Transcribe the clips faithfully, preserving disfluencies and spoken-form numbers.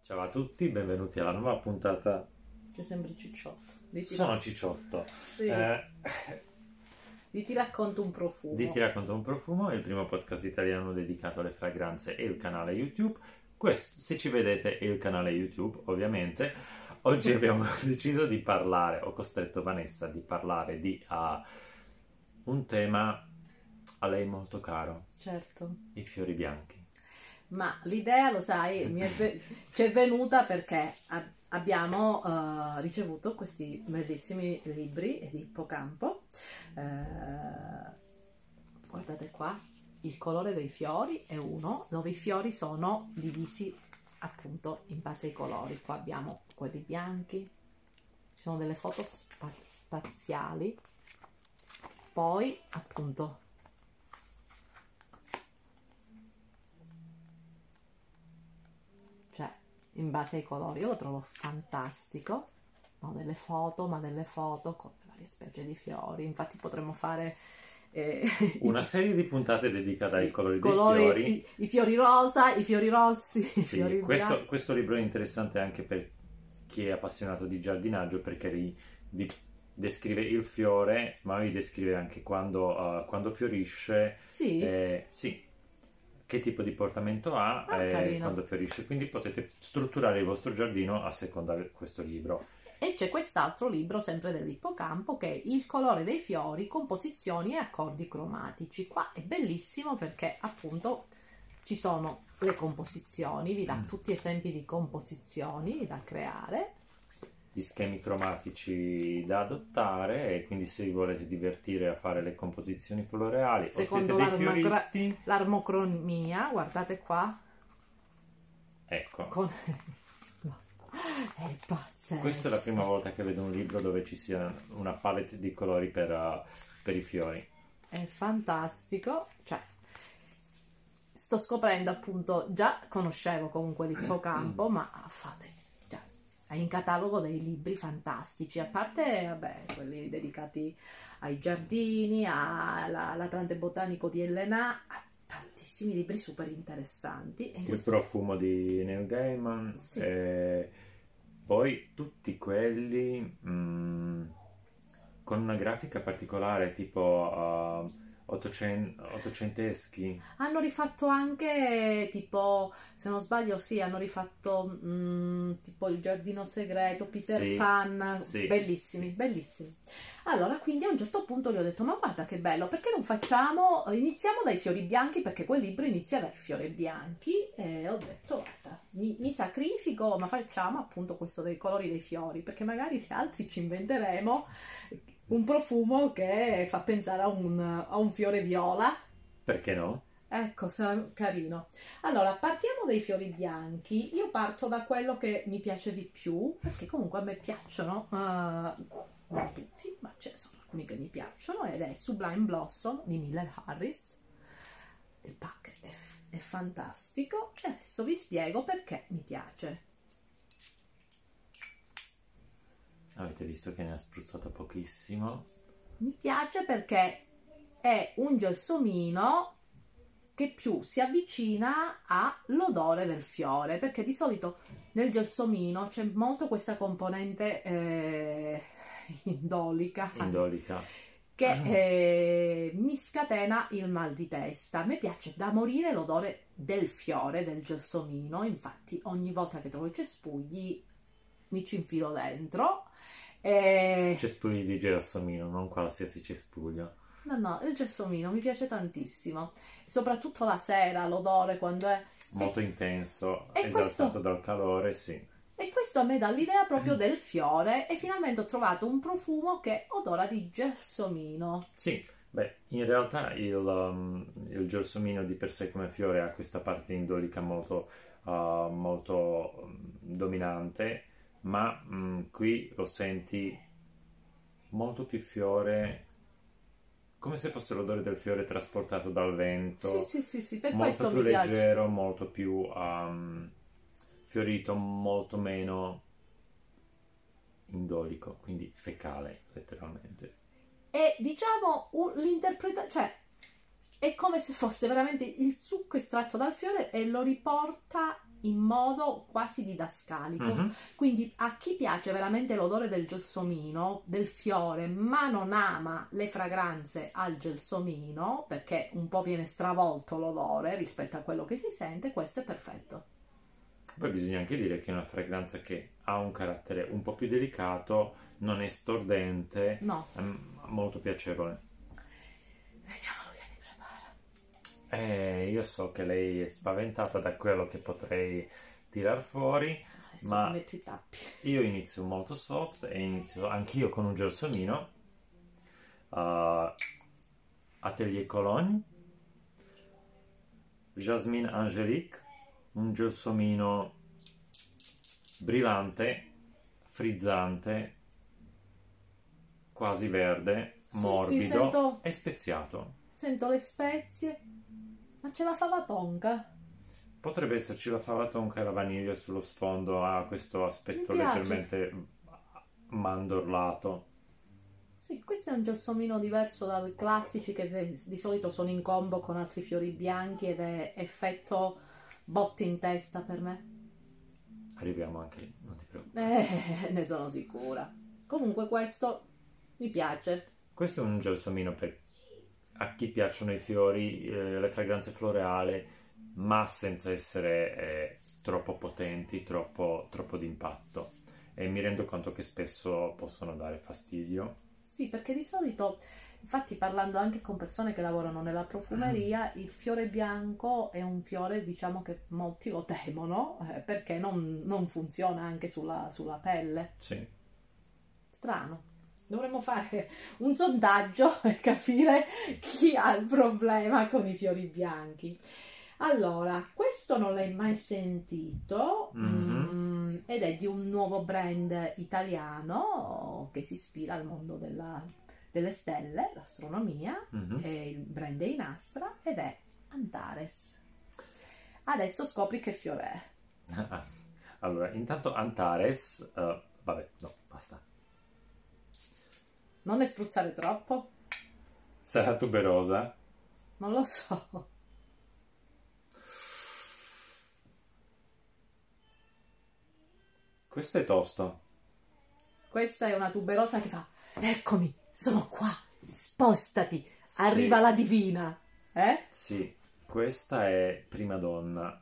Ciao a tutti, benvenuti alla nuova puntata. Che sembri cicciotto. Di ti Sono Cicciotto. Sì. Eh, Di ti racconto un profumo. di Ti racconto un profumo, il primo podcast italiano dedicato alle fragranze e il canale YouTube. Questo, se ci vedete, è il canale YouTube, ovviamente. Oggi abbiamo deciso di parlare, ho costretto Vanessa di parlare di uh, un tema a lei molto caro. Certo. I fiori bianchi. Ma l'idea, lo sai, mi è ve- ci è venuta perché a- abbiamo uh, ricevuto questi bellissimi libri di Ippocampo. Uh, guardate qua, il colore dei fiori è uno, dove i fiori sono divisi appunto in base ai colori. Qua abbiamo quelli bianchi, ci sono delle foto spa- spaziali, poi appunto in base ai colori. Io lo trovo fantastico, no, delle foto, ma delle foto con varie specie di fiori. Infatti potremmo fare eh, una serie di puntate dedicate sì, ai colori, colori dei fiori. I, i fiori rosa, i fiori rossi, i sì, fiori questo, bianchi. questo libro è interessante anche per chi è appassionato di giardinaggio, perché vi, vi descrive il fiore, ma vi descrive anche quando, uh, quando fiorisce. Sì? Eh, sì. Che tipo di portamento ha Ah, e quando fiorisce, quindi potete strutturare il vostro giardino a seconda di questo libro. E c'è quest'altro libro sempre dell'Ippocampo che è Il colore dei fiori, composizioni e accordi cromatici. Qua è bellissimo perché appunto ci sono le composizioni, vi dà Mm. tutti esempi di composizioni da creare, Gli schemi cromatici da adottare, e quindi se vi volete divertire a fare le composizioni floreali secondo o siete dei l'armocra- fioristi, l'armocromia, guardate qua. ecco. Con... no. È pazzesco. Questa è la prima volta che vedo un libro dove ci sia una palette di colori per, uh, per i fiori. È fantastico, cioè sto scoprendo appunto, già conoscevo comunque l'Ippocampo, ma fate, cioè, hai in catalogo dei libri fantastici, a parte vabbè, quelli dedicati ai giardini, all'Atlante botanico di Elena, a tantissimi libri super interessanti. E Il questo... profumo di Neil Gaiman, sì. E poi tutti quelli mh, con una grafica particolare, tipo uh, ottocent- ottocenteschi. Hanno rifatto anche tipo, se non sbaglio, sì, hanno rifatto mh, tipo Il giardino segreto, Peter Sì, Pan, sì. bellissimi, bellissimi. Allora, quindi a un certo punto gli ho detto, ma guarda che bello, perché non facciamo, iniziamo dai fiori bianchi, perché quel libro inizia dai fiori bianchi, e ho detto, guarda, mi, mi sacrifico, ma facciamo appunto questo dei colori dei fiori, perché magari gli altri ci inventeremo un profumo che fa pensare a un, a un fiore viola. Perché no? Ecco, sarà carino. Allora, partiamo dai fiori bianchi. Io parto da quello che mi piace di più, perché comunque a me piacciono, uh, non tutti, ma ce ne sono alcuni che mi piacciono, ed è Sublime Blossom di Miller Harris. Il pack è, è fantastico e adesso vi spiego perché mi piace. Avete visto che ne ha spruzzato pochissimo? Mi piace perché è un gelsomino che più si avvicina all'odore del fiore, perché di solito nel gelsomino c'è molto questa componente eh, indolica, Indolica. che eh, mi scatena il mal di testa. A me piace da morire l'odore del fiore, del gelsomino, infatti ogni volta che trovo i cespugli mi ci infilo dentro. E... Cespugli di gelsomino, non qualsiasi cespuglio. No, no, il gelsomino mi piace tantissimo, soprattutto la sera, l'odore quando è... Molto e, intenso, e esaltato questo, dal calore, sì. e questo a me dà l'idea proprio del fiore, e finalmente ho trovato un profumo che odora di gelsomino. Sì, beh, in realtà il, um, il gelsomino di per sé come fiore ha questa parte indolica molto, uh, molto um, dominante, ma um, qui lo senti molto più fiore, come se fosse l'odore del fiore trasportato dal vento. Sì, sì, sì, sì, per molto questo più mi piace. leggero, molto più um, fiorito, molto meno indolico, quindi fecale letteralmente. E diciamo l'interpretazione, cioè è come se fosse veramente il succo estratto dal fiore e lo riporta in modo quasi didascalico. Mm-hmm. Quindi a chi piace veramente l'odore del gelsomino, del fiore, ma non ama le fragranze al gelsomino, perché un po' viene stravolto l'odore rispetto a quello che si sente, questo è perfetto. Poi bisogna anche dire che è una fragranza che ha un carattere un po' più delicato, non è stordente, no. È molto piacevole. Vediamo che mi prepara. Eh, io so che lei è spaventata da quello che potrei tirar fuori, adesso ma metto i tappi. Io inizio molto soft e inizio anch'io con un gelsomino, uh, Atelier Cologne, Jasmine Angélique, un gelsomino brillante, frizzante, quasi verde, sì, morbido sì, sento, e speziato. Sento le spezie, ma c'è la fava tonka. Potrebbe esserci la fava tonka e la vaniglia sullo sfondo, ha questo aspetto leggermente mandorlato. Sì, questo è un gelsomino diverso dai classici che di solito sono in combo con altri fiori bianchi ed è effetto botte in testa per me. Arriviamo anche lì, non ti preoccupare. Eh, ne sono sicura. Comunque questo mi piace. Questo è un gelsomino per a chi piacciono i fiori, eh, le fragranze floreali, ma senza essere eh, troppo potenti, troppo, troppo d'impatto. E mi rendo conto che spesso possono dare fastidio. Sì, perché di solito, infatti parlando anche con persone che lavorano nella profumeria, il fiore bianco è un fiore, diciamo, che molti lo temono, eh, perché non, non funziona anche sulla, sulla pelle. Sì. Strano. Dovremmo fare un sondaggio e capire chi ha il problema con i fiori bianchi. Allora, questo non l'hai mai sentito, mm-hmm. mm, ed è di un nuovo brand italiano che si ispira al mondo della, delle stelle, l'astronomia, mm-hmm. e il brand è Inastra ed è Antares. Adesso scopri che fiore è. Allora, intanto Antares, uh, vabbè, no, basta. Non ne spruzzare troppo? Sarà tuberosa? Non lo so. Questo è tosto. Questa è una tuberosa che fa: eccomi, sono qua, spostati, sì. Arriva la divina. Eh? Sì, questa è Prima Donna.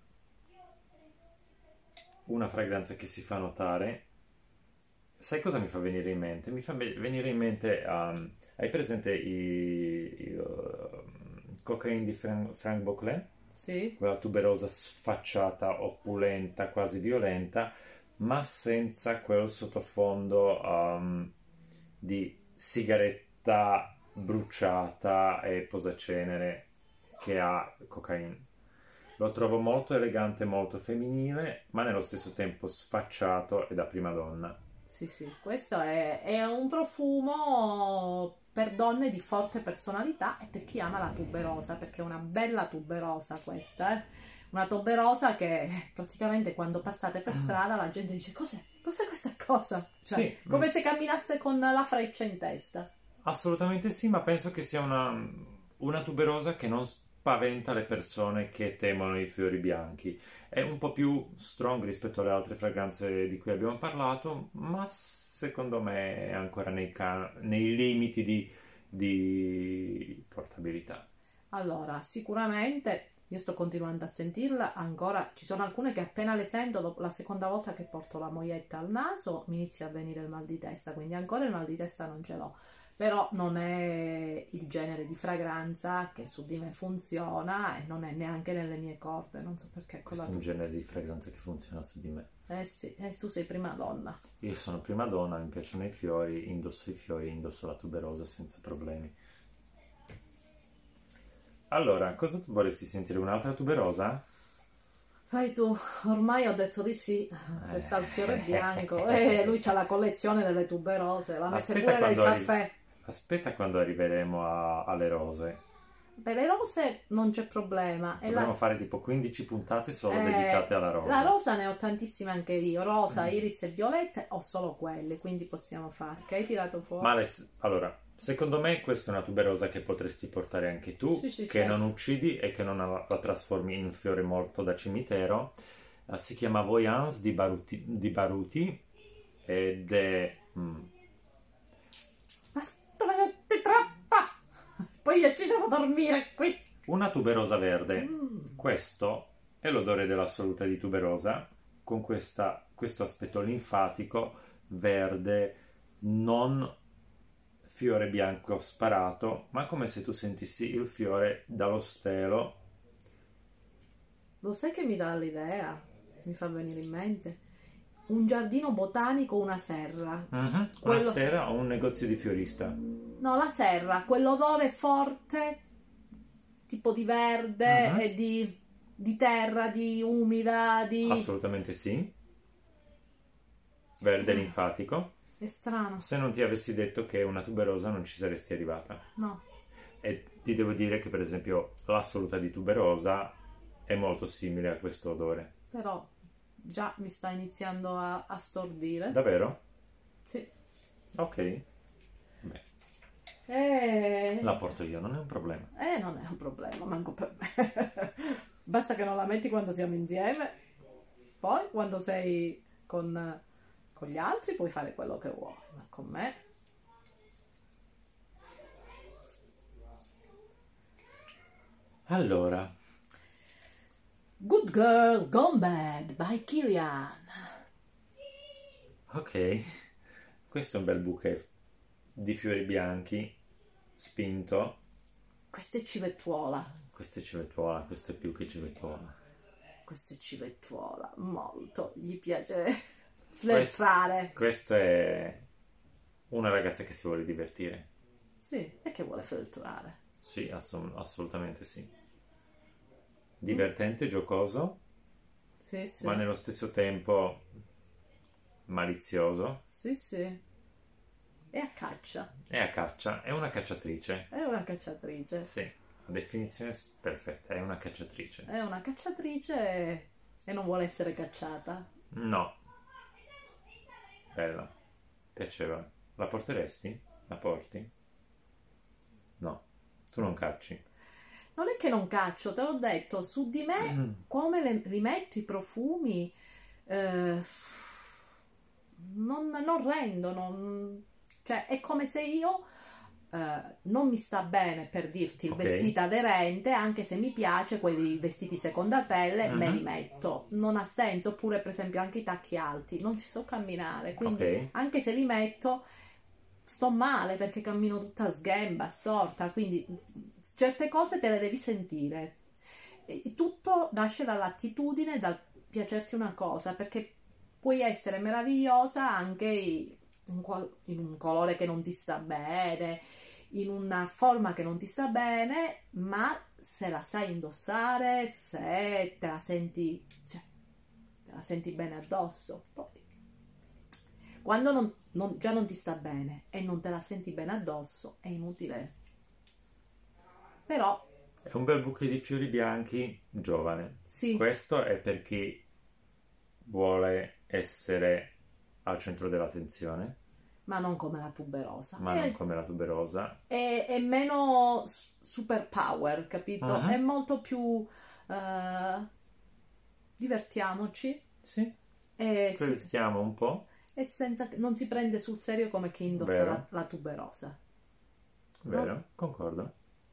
Una fragranza che si fa notare. Sai cosa mi fa venire in mente? Mi fa venire in mente, um, hai presente i, i uh, Cocaine di Frank, Frank Boclet? Sì. Quella tuberosa sfacciata, opulenta, quasi violenta, ma senza quel sottofondo um, di sigaretta bruciata e posacenere che ha Cocaine. Lo trovo molto elegante, molto femminile, ma nello stesso tempo sfacciato e da prima donna. Sì, sì, questo è, è un profumo per donne di forte personalità e per chi ama la tuberosa, perché è una bella tuberosa questa, eh? Una tuberosa che praticamente quando passate per strada la gente dice: cos'è? Cos'è questa cosa? Cioè, sì, come se camminasse con la freccia in testa. Assolutamente sì, ma penso che sia una, una tuberosa che non spaventa le persone che temono i fiori bianchi. È un po' più strong rispetto alle altre fragranze di cui abbiamo parlato, ma secondo me è ancora nei, can- nei limiti di, di portabilità. Allora, sicuramente io sto continuando a sentirla ancora. Ci sono alcune che appena le sento, dopo la seconda volta che porto la moglietta al naso mi inizia a venire il mal di testa, quindi ancora il mal di testa non ce l'ho. Però non è il genere di fragranza che su di me funziona e non è neanche nelle mie corde, non so perché. Questo è un genere di fragranza che funziona su di me. Eh sì, eh, tu sei prima donna. Io sono prima donna, mi piacciono i fiori, indosso i fiori, indosso la tuberosa senza problemi. Allora, cosa tu vorresti sentire? Un'altra tuberosa? Fai tu, ormai ho detto di sì, questa al fiore bianco, e eh, lui c'ha la collezione delle tuberose, la mette pure nel caffè. Arri- aspetta quando arriveremo a, alle rose. Per le rose non c'è problema. Dovremmo la... fare tipo quindici puntate solo eh, dedicate alla rosa. La rosa ne ho tantissime anche io, rosa, mm. iris e violette, ho solo quelle, quindi possiamo fare. Che hai tirato fuori? Ma le... allora, secondo me questa è una tuberosa che potresti portare anche tu, sì, sì, che certo. non uccidi e che non la, la trasformi in un fiore morto da cimitero. Eh, si chiama Voyance di Baruti, di Baruti ed è... mm, Basta, vedete troppa! Poi io ci devo dormire qui. una tuberosa verde. Mm. Questo è l'odore dell'assoluta di tuberosa, con questa, questo aspetto linfatico, verde, non fiore bianco sparato, ma come se tu sentissi il fiore dallo stelo. Lo sai che mi dà l'idea? Mi fa venire in mente un giardino botanico, una serra. Mhm. Quello- Una sera o un negozio di fiorista. No, la serra, quell'odore forte, tipo di verde Mhm. e di, di terra, di umida, di... Assolutamente sì. Verde Strano. linfatico. È strano. Se non ti avessi detto che è una tuberosa non ci saresti arrivata. No. E ti devo dire che per esempio l'assoluta di tuberosa è molto simile a questo odore. Però già mi sta iniziando a, a stordire. Davvero? Sì. Ok. Beh, Eh, la porto io, non è un problema. eh, non è un problema, manco per me. Basta che non la metti quando siamo insieme. Poi, quando sei con, con gli altri, puoi fare quello che vuoi. Ma con me... Allora, Good Girl Gone Bad by Killian. ok. Questo è un bel bouquet di fiori bianchi, spinto. Questa è civettuola. Questo è civettuola, questo è più che civettuola. Questa è civettuola. Molto. Gli piace flirtare. Questa è una ragazza che si vuole divertire. Sì, e che vuole flirtare. Sì, ass- assolutamente sì. Divertente, giocoso, Sì, sì. ma nello stesso tempo malizioso. Sì, sì. E a caccia. È a caccia, è una cacciatrice. È una cacciatrice. Sì, la definizione è perfetta, è una cacciatrice. È una cacciatrice e, e non vuole essere cacciata. No. Bella. Piaceva. La porteresti? La porti? No. Tu non cacci. Non è che non caccio, te l'ho detto, su di me come le, li metto i profumi eh, non, non rendono, cioè è come se io eh, non mi sta bene, per dirti, il Ok. vestito aderente, anche se mi piace quei vestiti seconda pelle, me Mhm. li metto, non ha senso. Oppure per esempio anche i tacchi alti, non ci so camminare, quindi Ok. anche se li metto sto male perché cammino tutta sghemba, storta, quindi certe cose te le devi sentire. E tutto nasce dall'attitudine, dal piacerti una cosa, perché puoi essere meravigliosa anche in, qual- in un colore che non ti sta bene, in una forma che non ti sta bene, ma se la sai indossare, se te la senti, cioè, te la senti bene addosso. Poi, quando non, non- già non ti sta bene e non te la senti bene addosso, è inutile. Però, È un bel bouquet di fiori bianchi giovane. sì, Questo è per chi vuole essere al centro dell'attenzione, ma non come la tuberosa. ma È, non come la tuberosa. è- è meno s- superpower, capito? Mhm. È molto più... eh, divertiamoci. Sì, E, si- flirtiamo un po'. e senza, non si prende sul serio come chi indossa Vero. la, la tuberosa. Vero? Concordo.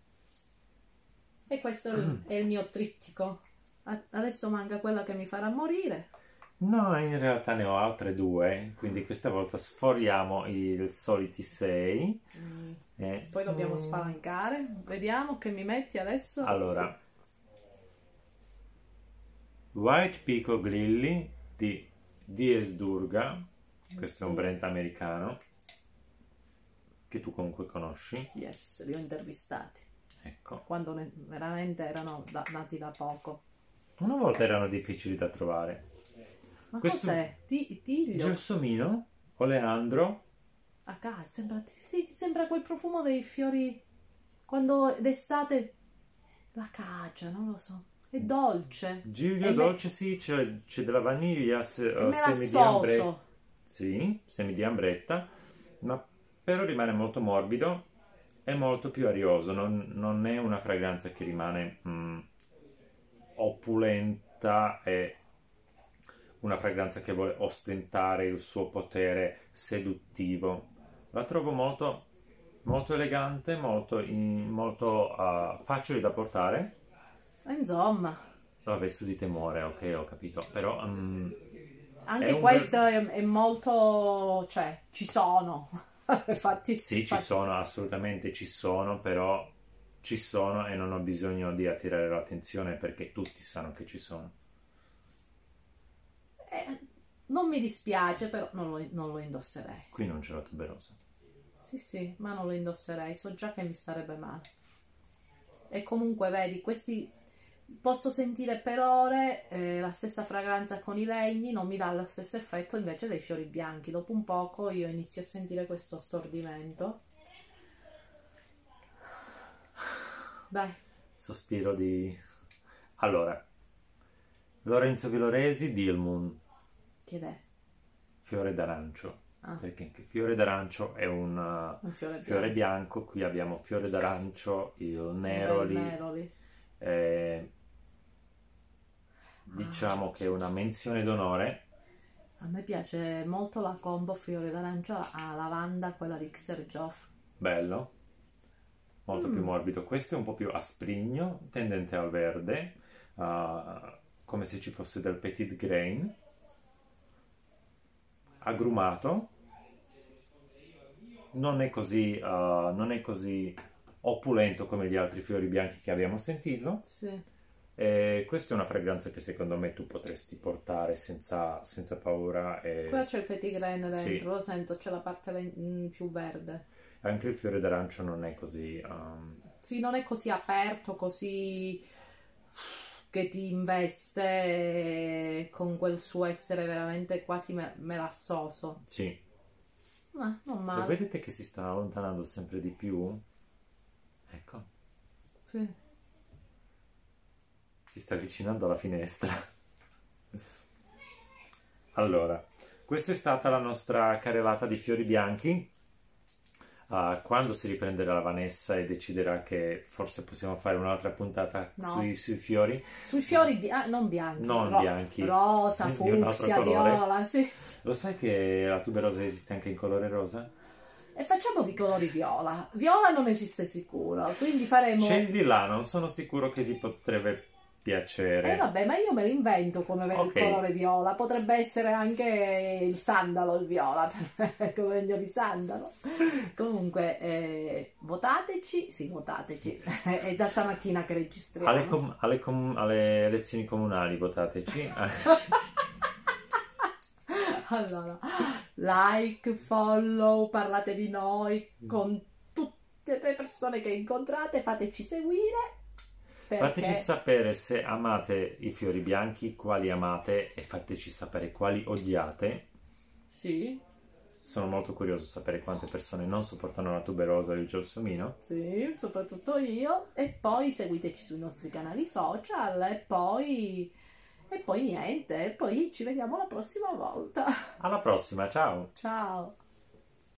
E questo è il, è il mio trittico. A- Adesso manca quella che mi farà morire. No, in realtà ne ho altre due, quindi questa volta sforiamo i soliti sei. E- Poi dobbiamo spalancare. Vediamo che mi metti adesso. Allora, White Peacock Lily di D S Durga, questo è un Sì. brand americano che tu comunque conosci. Yes, li ho intervistati. Ecco, Quando ne- veramente erano da- nati da poco. una volta erano difficili da trovare. Ma Questo- cos'è? Ti- tiglio? Gelsomino, oleandro, A casa, sembra, sì, sembra quel profumo dei fiori quando d'estate la cacia, non lo so. È dolce. giglio E me- dolce, sì, c'è, c'è della vaniglia, se- È eh, semi di ambre- melassoso. sì, semi di ambretta, ma però rimane molto morbido e molto più arioso, non, non è una fragranza che rimane mm, opulenta e una fragranza che vuole ostentare il suo potere seduttivo. La trovo molto, molto elegante, molto, in- molto uh, facile da portare. Insomma, Vabbè, su di temore, ok, ho capito. Però mm, anche è un questo bel- è, è molto, cioè, ci sono. Infatti, Sì, ci infatti- sono, assolutamente ci sono, però ci sono e non ho bisogno di attirare l'attenzione perché tutti sanno che ci sono. eh, non mi dispiace, però non lo, non lo indosserei. Qui non c'è la tuberosa. Sì, sì, ma non lo indosserei, so già che mi starebbe male. E comunque, vedi, questi posso sentire per ore eh, la stessa fragranza con i legni, non mi dà lo stesso effetto invece dei fiori bianchi. Dopo un poco io inizio a sentire questo stordimento. Dai, Sospiro di... Allora, Lorenzo Villoresi, Dilmun, che è? fiore d'arancio. Ah, Perché anche fiore d'arancio è un uh, un fiore fiore bianco. bianco. Qui abbiamo fiore d'arancio, il Un nero bel lì. nero lì. eh, diciamo che è una menzione d'onore. A me piace molto la combo fiore d'arancio a lavanda, quella di Xerjoff. Bello, molto più morbido. Questo è un po' più asprigno, tendente al verde, uh, come se ci fosse del petit grain, agrumato. Non è così, uh, non è così opulento come gli altri fiori bianchi che abbiamo sentito. Sì. E questa è una fragranza che secondo me tu potresti portare senza, senza paura. E... Qua c'è il petit grain dentro, Sì. lo sento, c'è la parte len- mm, più verde. Anche il fiore d'arancio non è così... um, Sì, non è così aperto, così che ti investe eh, con quel suo essere veramente quasi me- melassoso. Sì. Ah, non Lo male. vedete che si sta allontanando sempre di più? Ecco, Sì. si sta avvicinando alla finestra. Allora, questa è stata la nostra carrellata di fiori bianchi. Ah, quando si riprenderà la Vanessa e deciderà che forse possiamo fare un'altra puntata No. sui, sui fiori, Sui fiori bia- non bianchi, Non ro- bianchi. rosa, Di un altro fucsia, colore. viola, sì. lo sai che la tuberosa esiste anche in colore rosa? E facciamo i colori viola. Viola non esiste sicuro, quindi faremo... Scendi là, non sono sicuro che ti potrebbe piacere. Eh vabbè, ma io me lo invento come vedi Ok. il colore viola. Potrebbe essere anche il sandalo il viola, per me, come legno di sandalo. Comunque, eh, votateci, sì, votateci. È da stamattina che registriamo. Alle, com- alle com- alle elezioni comunali votateci. Allora, like, follow, parlate di noi con tutte le persone che incontrate, fateci seguire. Perché... Fateci sapere se amate i fiori bianchi, quali amate, e fateci sapere quali odiate. Sì, Sono molto curioso di sapere quante persone non sopportano la tuberosa e il gelsomino. sì, soprattutto io. E poi seguiteci sui nostri canali social e poi... E poi niente, e poi ci vediamo la prossima volta. Alla prossima, ciao! Ciao!